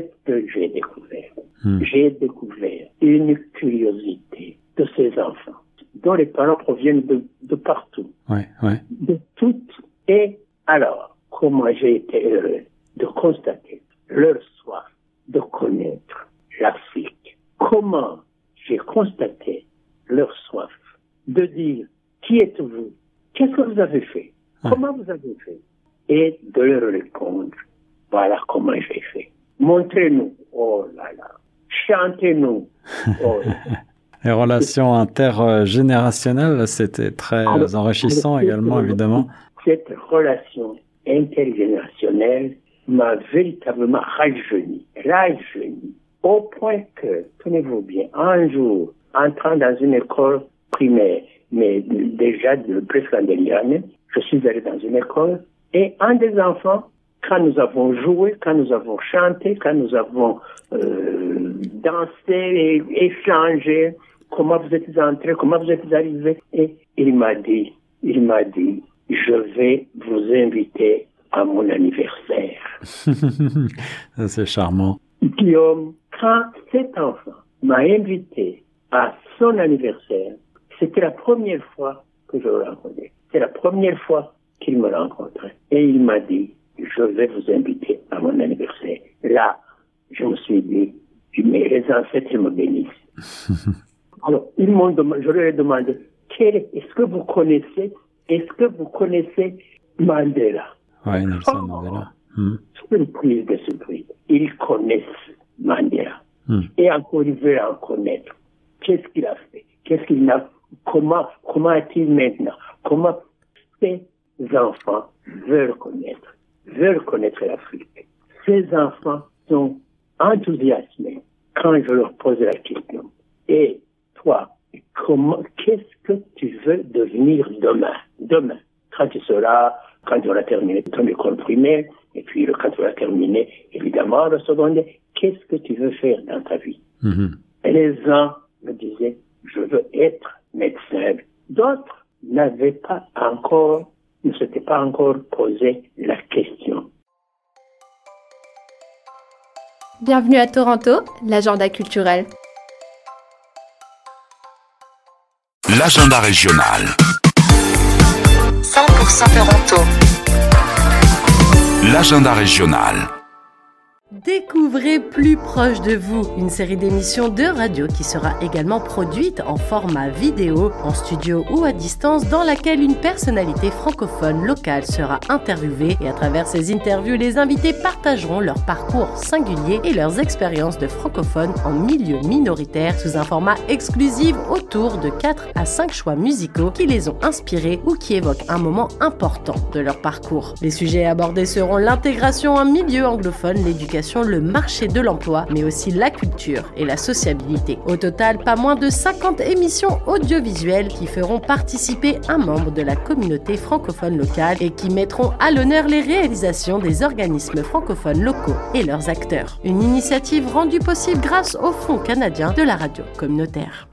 [SPEAKER 4] J'ai découvert une curiosité de ces enfants, dont les parents proviennent de partout.
[SPEAKER 3] Ouais.
[SPEAKER 4] De toutes. Et alors, comment j'ai été heureux de constater leur soif de connaître l'Afrique. Comment j'ai constaté leur soif de dire qui êtes-vous? Qu'est-ce que vous avez fait? Comment vous avez fait? Et de leur répondre, voilà comment j'ai fait. Montrez-nous, oh là là. Chantez-nous, oh là là.
[SPEAKER 3] Les relations intergénérationnelles, c'était très enrichissant également, évidemment.
[SPEAKER 4] Cette relation intergénérationnelle m'a véritablement rajeuni, au point que, tenez-vous bien, un jour, entrant dans une école primaire, mais déjà presque en dernière année, je suis allé dans une école, et un des enfants, quand nous avons joué, quand nous avons chanté, quand nous avons dansé et échangé, comment vous êtes entrés, comment vous êtes arrivés, et il m'a dit, je vais vous inviter à mon anniversaire.
[SPEAKER 3] C'est charmant.
[SPEAKER 4] Guillaume, quand cet enfant m'a invité à son anniversaire, c'était la première fois que je le rencontrais. C'est la première fois qu'il me rencontrait. Et il m'a dit, je vais vous inviter à mon anniversaire. Là, je me suis dit, mais les ancêtres me bénissent. Alors, je leur ai demandé, est-ce que vous connaissez Mandela?
[SPEAKER 3] Oui, Nelson Mandela.
[SPEAKER 4] Surprise. Ils connaissent Mandela. Et encore, ils veulent en connaître. Qu'est-ce qu'il a fait? Comment a-t-il maintenant? Comment ces enfants veulent connaître l'Afrique? Ces enfants sont enthousiasmés quand je leur pose la question. Et toi, qu'est-ce que tu veux devenir demain, quand tu auras terminé ton école primaire, et puis quand tu auras terminé, évidemment, le secondaire, qu'est-ce que tu veux faire dans ta vie? Et les uns me disaient, je veux être médecin. D'autres ne s'étaient pas encore posé la question.
[SPEAKER 7] Bienvenue à Toronto, l'agenda culturel.
[SPEAKER 8] L'agenda régional.
[SPEAKER 9] 100% Toronto.
[SPEAKER 8] L'agenda régional.
[SPEAKER 10] Découvrez Plus proche de vous, une série d'émissions de radio qui sera également produite en format vidéo, en studio ou à distance, dans laquelle une personnalité francophone locale sera interviewée et à travers ces interviews, les invités partageront leur parcours singulier et leurs expériences de francophones en milieu minoritaire sous un format exclusif autour de 4 à 5 choix musicaux qui les ont inspirés ou qui évoquent un moment important de leur parcours. Les sujets abordés seront l'intégration en milieu anglophone, l'éducation, le marché de l'emploi, mais aussi la culture et la sociabilité. Au total, pas moins de 50 émissions audiovisuelles qui feront participer un membre de la communauté francophone locale et qui mettront à l'honneur les réalisations des organismes francophones locaux et leurs acteurs. Une initiative rendue possible grâce au Fonds canadien de la radio communautaire.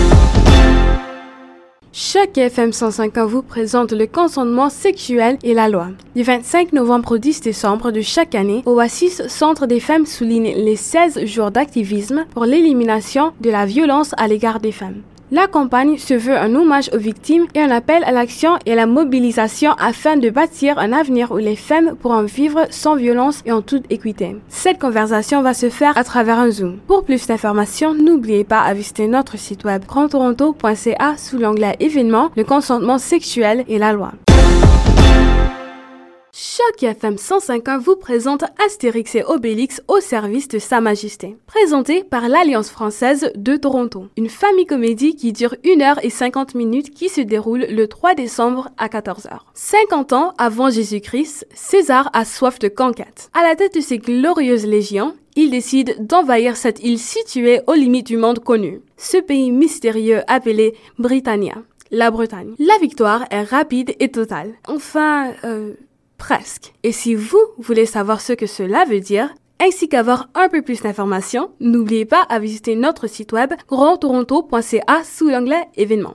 [SPEAKER 1] Choc FM 105.1 vous présente le consentement sexuel et la loi. Du 25 novembre au 10 décembre de chaque année, Oasis Centre des femmes souligne les 16 jours d'activisme pour l'élimination de la violence à l'égard des femmes. La campagne se veut un hommage aux victimes et un appel à l'action et à la mobilisation afin de bâtir un avenir où les femmes pourront vivre sans violence et en toute équité. Cette conversation va se faire à travers un Zoom. Pour plus d'informations, n'oubliez pas à visiter notre site web grandtoronto.ca sous l'onglet événements, le consentement sexuel et la loi. Choc FM 105.1 vous présente Astérix et Obélix au service de Sa Majesté. Présenté par l'Alliance française de Toronto. Une famille comédie qui dure 1h50 qui se déroule le 3 décembre à 14h. 50 ans avant Jésus-Christ, César a soif de conquête. À la tête de ses glorieuses légions, il décide d'envahir cette île située aux limites du monde connu. Ce pays mystérieux appelé Britannia, la Bretagne. La victoire est rapide et totale. Enfin, presque. Et si vous voulez savoir ce que cela veut dire, ainsi qu'avoir un peu plus d'informations, n'oubliez pas à visiter notre site web grandtoronto.ca sous l'onglet événements.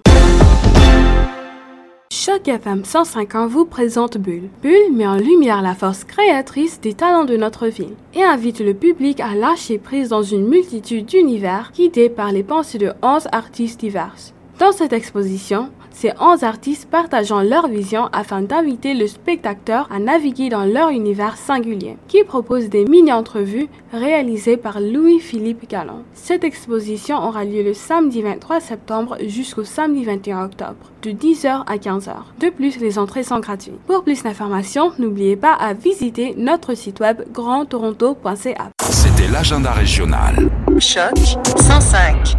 [SPEAKER 1] Choc FM 105.1 vous présente Bulle. Bulle met en lumière la force créatrice des talents de notre ville et invite le public à lâcher prise dans une multitude d'univers guidés par les pensées de 11 artistes divers. Dans cette exposition, ces 11 artistes partageant leur vision afin d'inviter le spectateur à naviguer dans leur univers singulier, qui propose des mini-entrevues réalisées par Louis-Philippe Gallon. Cette exposition aura lieu le samedi 23 septembre jusqu'au samedi 21 octobre, de 10h à 15h. De plus, les entrées sont gratuites. Pour plus d'informations, n'oubliez pas à visiter notre site web grandtoronto.ca.
[SPEAKER 8] C'était l'agenda régional.
[SPEAKER 9] Choc 105.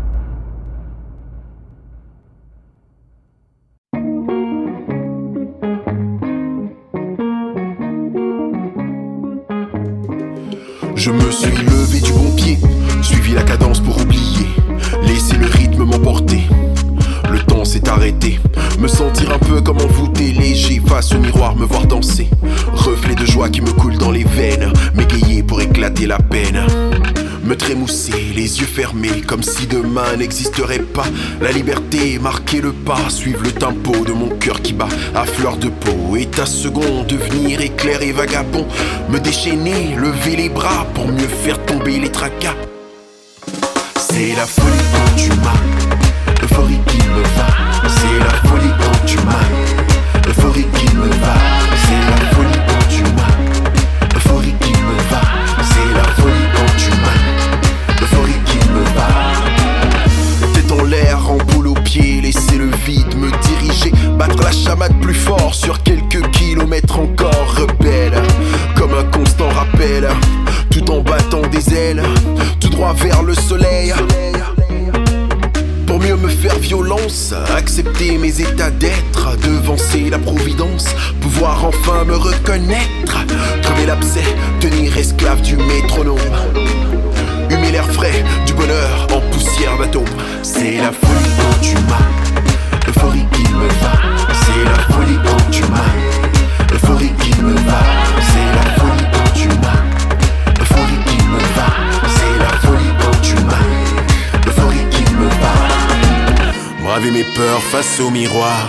[SPEAKER 11] Je me suis levé du bon pied, suivi la cadence pour oublier, laisser le rythme m'emporter. Le temps s'est arrêté, me sentir un peu comme envoûté, léger face au miroir, me voir danser. Reflet de joie qui me coule dans les veines, m'égayer pour éclater la peine. Me trémousser, les yeux fermés, comme si demain n'existerait pas. La liberté, marquer le pas, suivre le tempo de mon cœur qui bat à fleur de peau. Et ta seconde, devenir éclair et vagabond. Me déchaîner, lever les bras pour mieux faire tomber les tracas. C'est la folie quand tu m'as, l'euphorie qui me va. C'est la folie quand tu m'as, l'euphorie qui me va. C'est la folie quand tu m'as, l'euphorie qui me va. C'est la folie quand tu m'as, l'euphorie qui me va. Tête en l'air, en boule aux pieds, laisser le vide me diriger. Battre la chamade plus fort sur quelques kilomètres encore. Rebelle, comme un constant rappel, tout en battant des ailes, tout droit vers le soleil. Pour mieux me faire violence, accepter mes états d'être, devancer la providence, pouvoir enfin me reconnaître, crever l'abcès, tenir esclave du métronome, humer l'air frais du bonheur en poussière d'atomes. C'est la folie quand tu m'as, l'euphorie qui me va. C'est la folie quand tu m'as, l'euphorie qui me va. C'est la folie quand tu m'as, l'euphorie qui me va. C'est la folie quand tu m'as, l'euphorie qui me va. Braver mes peurs face au miroir,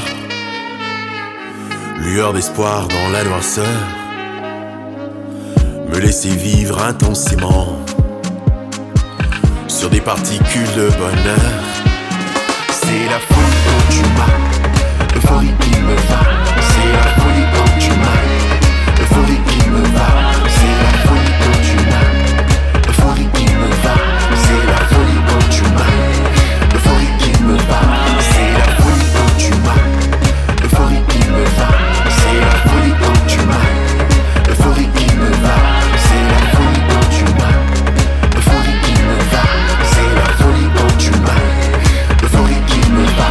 [SPEAKER 11] lueur d'espoir dans la noirceur, me laisser vivre intensément sur des particules de bonheur. C'est la folie quand tu m'as, l'euphorie qui me va. C'est la folie quand tu m'as, l'euphorie qui me va. C'est la folie quand tu m'as, l'euphorie qui me va. C'est la folie quand tu m'as, l'euphorie qui me va. C'est la folie quand tu m'as, l'euphorie qui me va. C'est la folie quand tu m'as, l'euphorie qui me va. C'est la folie quand tu m'as, l'euphorie qui me va. C'est la folie quand tu m'as, l'euphorie qui me va.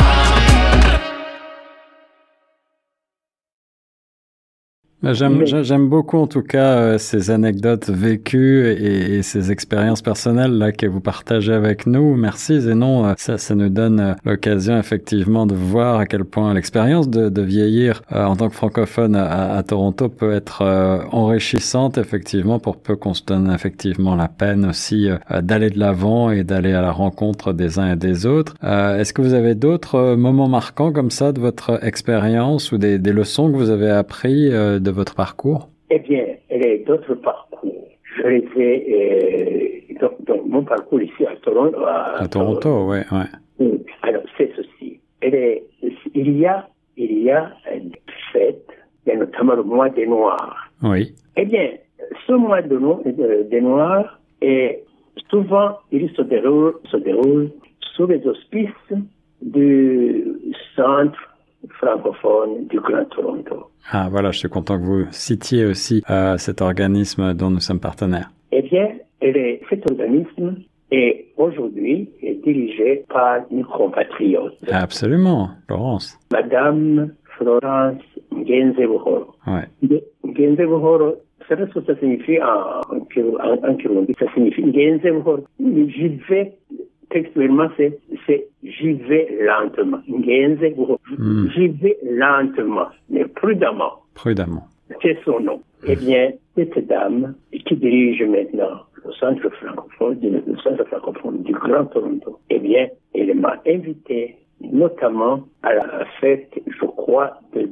[SPEAKER 3] J'aime beaucoup en tout cas ces anecdotes vécues et ces expériences personnelles là que vous partagez avec nous. Merci Zénon, ça nous donne l'occasion effectivement de voir à quel point l'expérience de vieillir en tant que francophone à Toronto peut être enrichissante effectivement, pour peu qu'on se donne effectivement la peine aussi d'aller de l'avant et d'aller à la rencontre des uns et des autres. Est-ce que vous avez d'autres moments marquants comme ça de votre expérience ou des leçons que vous avez appris de votre parcours?
[SPEAKER 4] Eh bien, d'autres parcours. Je les ai dans mon parcours ici à Toronto.
[SPEAKER 3] À Toronto, oui.
[SPEAKER 4] Alors, c'est ceci. Il y a des fêtes, il y a notamment le mois des Noirs.
[SPEAKER 3] Oui.
[SPEAKER 4] Eh bien, ce mois des Noirs, est souvent, il se déroule sous les auspices du Centre francophone du Grand Toronto.
[SPEAKER 3] Ah voilà, je suis content que vous citiez aussi cet organisme dont nous sommes partenaires.
[SPEAKER 4] Eh bien, cet organisme est aujourd'hui dirigé par une compatriote.
[SPEAKER 3] Absolument, Florence.
[SPEAKER 4] Madame Florence Ngenzebuhoro.
[SPEAKER 3] Ouais.
[SPEAKER 4] Ngenzebuhoro, ça signifie en Kirundi, ça signifie Ngenzebuhoro. J'y vais, textuellement, c'est j'y vais lentement. Ngenzebuhoro. J'y vais lentement, mais prudemment.
[SPEAKER 3] Prudemment.
[SPEAKER 4] C'est son nom. Eh bien, cette dame qui dirige maintenant le centre francophone du Grand Toronto, eh bien, elle m'a invité notamment à la fête, je crois, de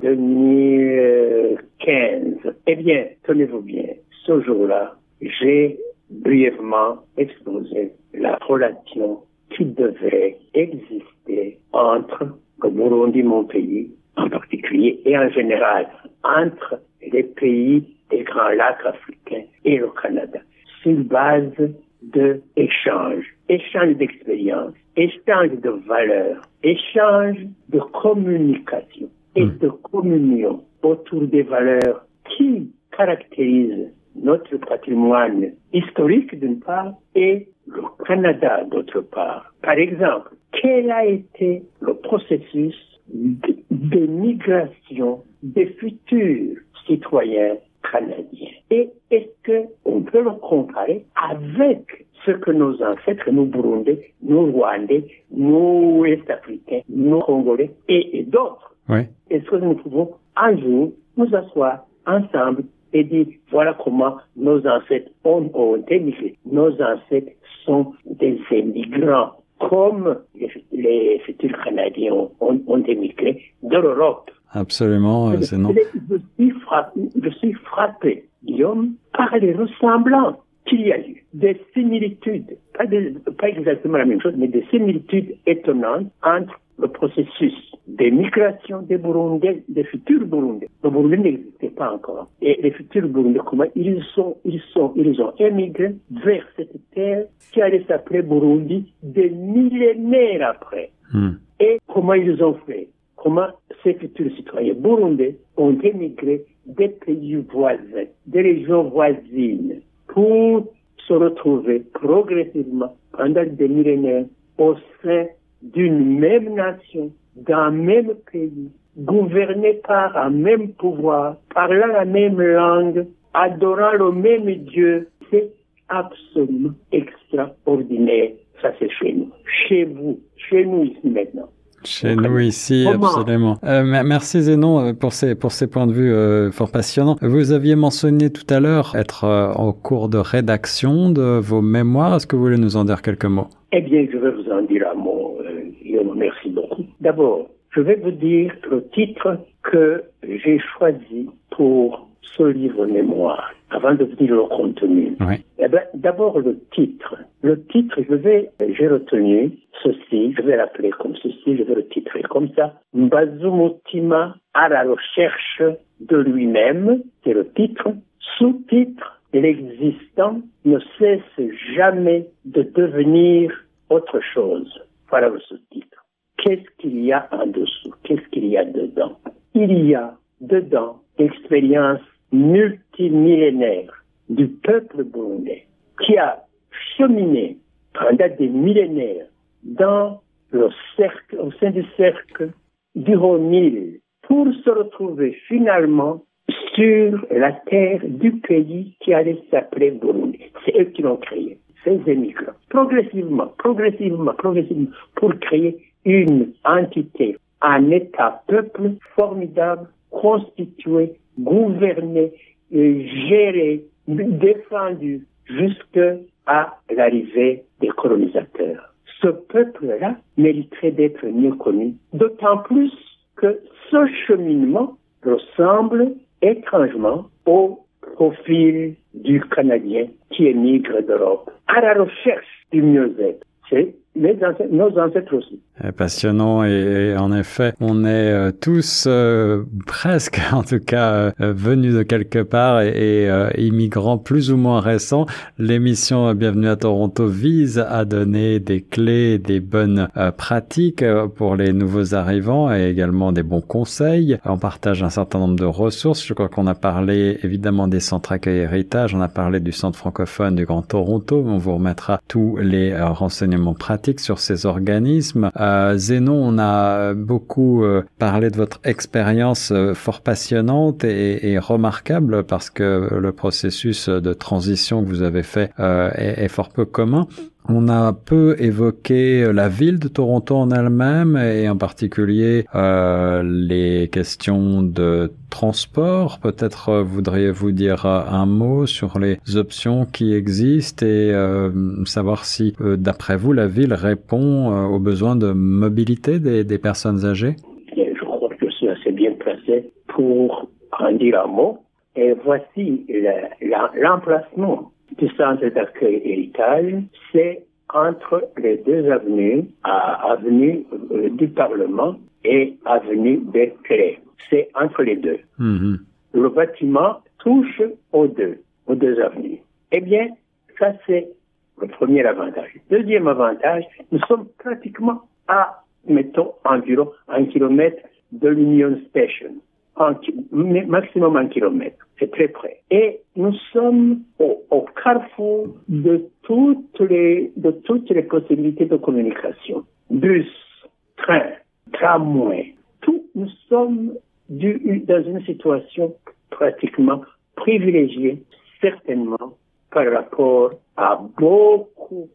[SPEAKER 4] 2015. Eh bien, tenez-vous bien, ce jour-là, j'ai brièvement exposé la relation qui devrait exister entre le Burundi, mon pays, en particulier, et en général, entre les pays des Grands Lacs africains et le Canada, sur base d'échanges, échange d'expériences, échange de valeurs, échange de communication et de communion autour des valeurs qui caractérisent notre patrimoine historique d'une part et le Canada d'autre part. Par exemple, quel a été le processus de migration des futurs citoyens canadiens? Et est-ce qu'on peut le comparer avec ce que nos ancêtres, nos Burundais, nos Rwandais, nos Est-Africains, nos Congolais et d'autres, est-ce que nous pouvons un jour nous asseoir ensemble et dire voilà comment nos ancêtres ont émigré. Nos ancêtres sont des émigrants comme les futurs Canadiens ont émigré de l'Europe.
[SPEAKER 3] Absolument, c'est non.
[SPEAKER 4] Je suis frappé, Guillaume, par les ressemblances qu'il y a eu, des similitudes, pas exactement la même chose, mais des similitudes étonnantes entre le processus de migration des Burundais, des futurs Burundais. Le Burundi n'existait pas encore. Et les futurs Burundais, comment ils ont émigré vers cette terre qui allait s'appeler Burundi des millénaires après. Et comment ils ont fait? Comment ces futurs citoyens burundais ont émigré des pays voisins, des régions voisines, pour se retrouver progressivement pendant des millénaires au sein d'une même nation, d'un même pays, gouverné par un même pouvoir, parlant la même langue, adorant le même Dieu. C'est absolument extraordinaire. Ça, c'est chez nous. Chez vous, chez nous ici maintenant.
[SPEAKER 3] Chez nous ici, absolument. Merci Zénon pour ces points de vue fort passionnants. Vous aviez mentionné tout à l'heure être en cours de rédaction de vos mémoires. Est-ce que vous voulez nous en dire quelques mots?
[SPEAKER 4] Eh bien, je vais vous en dire un mot. Merci beaucoup. D'abord, je vais vous dire le titre que j'ai choisi pour ce livre mémoire, avant de vous dire le contenu.
[SPEAKER 3] Oui.
[SPEAKER 4] Eh bien, d'abord le titre. Le titre, j'ai retenu ceci, je vais l'appeler comme ceci, je vais le titrer comme ça. Mbazumutima à la recherche de lui-même, c'est le titre. Sous-titre, l'existant ne cesse jamais de devenir autre chose. Voilà le sous-titre. Qu'est-ce qu'il y a en dessous? Qu'est-ce qu'il y a dedans? Il y a dedans l'expérience multimillénaire du peuple burundais qui a cheminé pendant des millénaires dans le cercle, au sein du cercle du Haut-Nil, pour se retrouver finalement sur la terre du pays qui allait s'appeler Burundi. C'est eux qui l'ont créé, ces émigrants. Progressivement, pour créer une entité, un État-peuple formidable, constitué, gouverné, géré, défendu jusqu'à l'arrivée des colonisateurs. Ce peuple-là mériterait d'être mieux connu, d'autant plus que ce cheminement ressemble étrangement au profil du Canadien qui émigre d'Europe à la recherche du mieux-être. C'est nos ancêtres aussi.
[SPEAKER 3] Passionnant et en effet, on est tous presque, en tout cas, venus de quelque part et immigrants plus ou moins récents. L'émission Bienvenue à Toronto vise à donner des clés, des bonnes pratiques pour les nouveaux arrivants et également des bons conseils. On partage un certain nombre de ressources. Je crois qu'on a parlé évidemment des centres accueil héritage, on a parlé du centre francophone du Grand Toronto. On vous remettra tous les renseignements pratiques sur ces organismes. Zénon, on a beaucoup parlé de votre expérience fort passionnante et remarquable parce que le processus de transition que vous avez fait est fort peu commun. On a peu évoqué la ville de Toronto en elle-même et en particulier les questions de transport. Peut-être voudriez-vous dire un mot sur les options qui existent et savoir si, d'après vous, la ville répond aux besoins de mobilité des personnes âgées?
[SPEAKER 4] Je crois que je suis assez bien placé pour en dire un mot. Et voici l'emplacement du centre d'accueil héritage, c'est entre les deux avenues, avenue du Parlement et avenue Berkeley. C'est entre les deux. Mm-hmm. Le bâtiment touche aux deux avenues. Eh bien, ça c'est le premier avantage. Deuxième avantage, nous sommes pratiquement à, mettons, environ 1 kilomètre de l'Union Station. Maximum 1 kilomètre. C'est très près. Et nous sommes au carrefour de toutes les possibilités de communication. Bus, train, tramway, tout. Nous sommes dans une situation pratiquement privilégiée, certainement, par rapport à beaucoup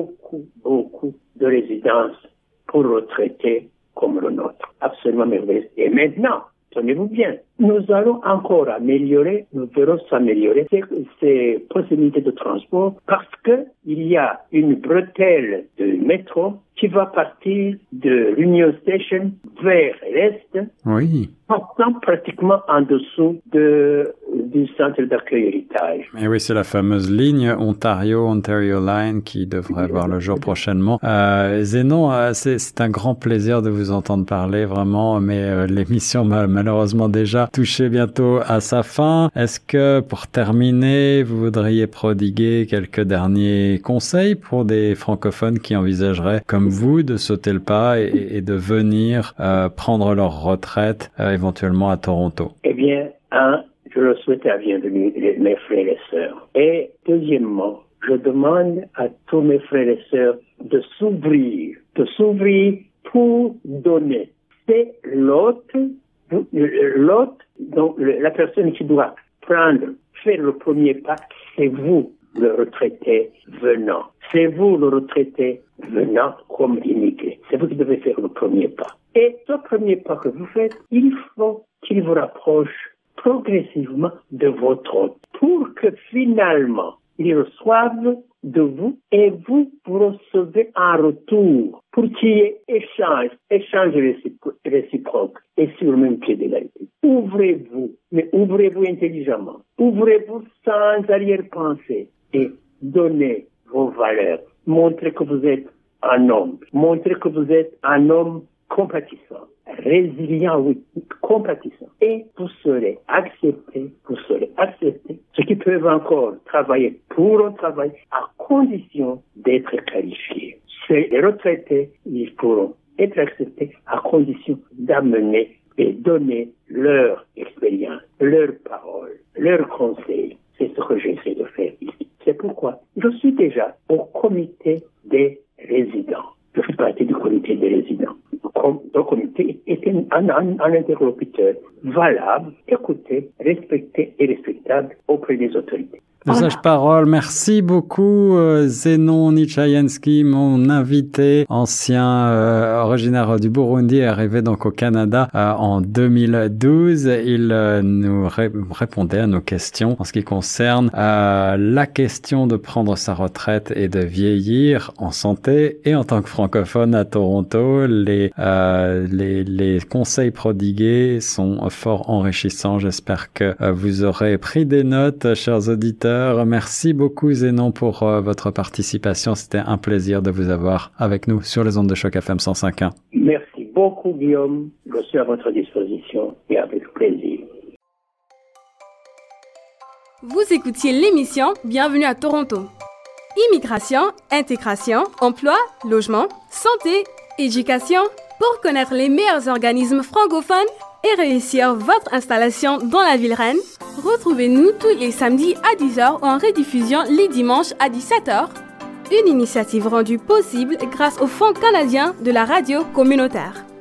[SPEAKER 4] de résidences pour retraités comme le nôtre. Absolument merveilleux. Et maintenant, tenez-vous bien, nous allons encore améliorer, nous verrons s'améliorer ces possibilités de transport parce que il y a une bretelle de métro qui va partir de l'Union Station vers l'est,
[SPEAKER 3] oui,
[SPEAKER 4] passant pratiquement en dessous du centre d'accueil héritage.
[SPEAKER 3] Et oui, c'est la fameuse ligne Ontario Line qui devrait voir le jour prochainement. Zénon, c'est un grand plaisir de vous entendre parler, vraiment, mais l'émission m'a malheureusement déjà touché bientôt à sa fin. Est-ce que, pour terminer, vous voudriez prodiguer quelques derniers conseils pour des francophones qui envisageraient, comme vous, de sauter le pas et de venir prendre leur retraite éventuellement à Toronto?
[SPEAKER 4] Eh bien, je le souhaite la bienvenue mes frères et sœurs. Et deuxièmement, je demande à tous mes frères et sœurs de s'ouvrir pour donner. C'est l'autre, donc la personne qui doit faire le premier pas, c'est vous, le retraité venant. C'est vous, le retraité venant comme immigré. C'est vous qui devez faire le premier pas. Et ce premier pas que vous faites, il faut qu'il vous rapproche progressivement de votre hôte pour que finalement, ils reçoivent de vous et vous recevez en retour pour qu'il y ait échange réciproque et sur le même pied d'égalité. Ouvrez-vous, mais ouvrez-vous intelligemment. Ouvrez-vous sans arrière-pensée et donnez vos valeurs. Montrez que vous êtes un homme. Montrez que vous êtes un homme compatissant, résilient, oui, compatissant. Et vous serez accepté, ceux qui peuvent encore travailler pour un travail à condition d'être qualifiés. Les retraités, ils pourront être acceptés à condition d'amener et donner leur expérience, leurs paroles, leurs conseils. C'est ce que j'essaie de faire ici. C'est pourquoi je suis déjà au comité des résidents. Je fais partie du comité des résidents. Le comité est un interlocuteur valable, écouté, respecté et respectable auprès des autorités.
[SPEAKER 3] De sages paroles. Merci beaucoup, Zénon Nichayenski, mon invité, ancien originaire du Burundi, arrivé donc au Canada en 2012. Il nous répondait à nos questions en ce qui concerne la question de prendre sa retraite et de vieillir en santé. Et en tant que francophone à Toronto, les conseils prodigués sont fort enrichissants. J'espère que vous aurez pris des notes, chers auditeurs. auditeurs. Merci beaucoup Zénon pour votre participation. C'était un plaisir de vous avoir avec nous sur les ondes de Choc FM 105.1.
[SPEAKER 4] Merci beaucoup Guillaume. Je suis à votre disposition et avec plaisir.
[SPEAKER 1] Vous écoutiez l'émission Bienvenue à Toronto. Immigration, intégration, emploi, logement, santé, éducation. Pour connaître les meilleurs organismes francophones et réussir votre installation dans la ville reine, retrouvez-nous tous les samedis à 10h ou en rediffusion les dimanches à 17h. Une initiative rendue possible grâce au Fonds canadien de la radio communautaire.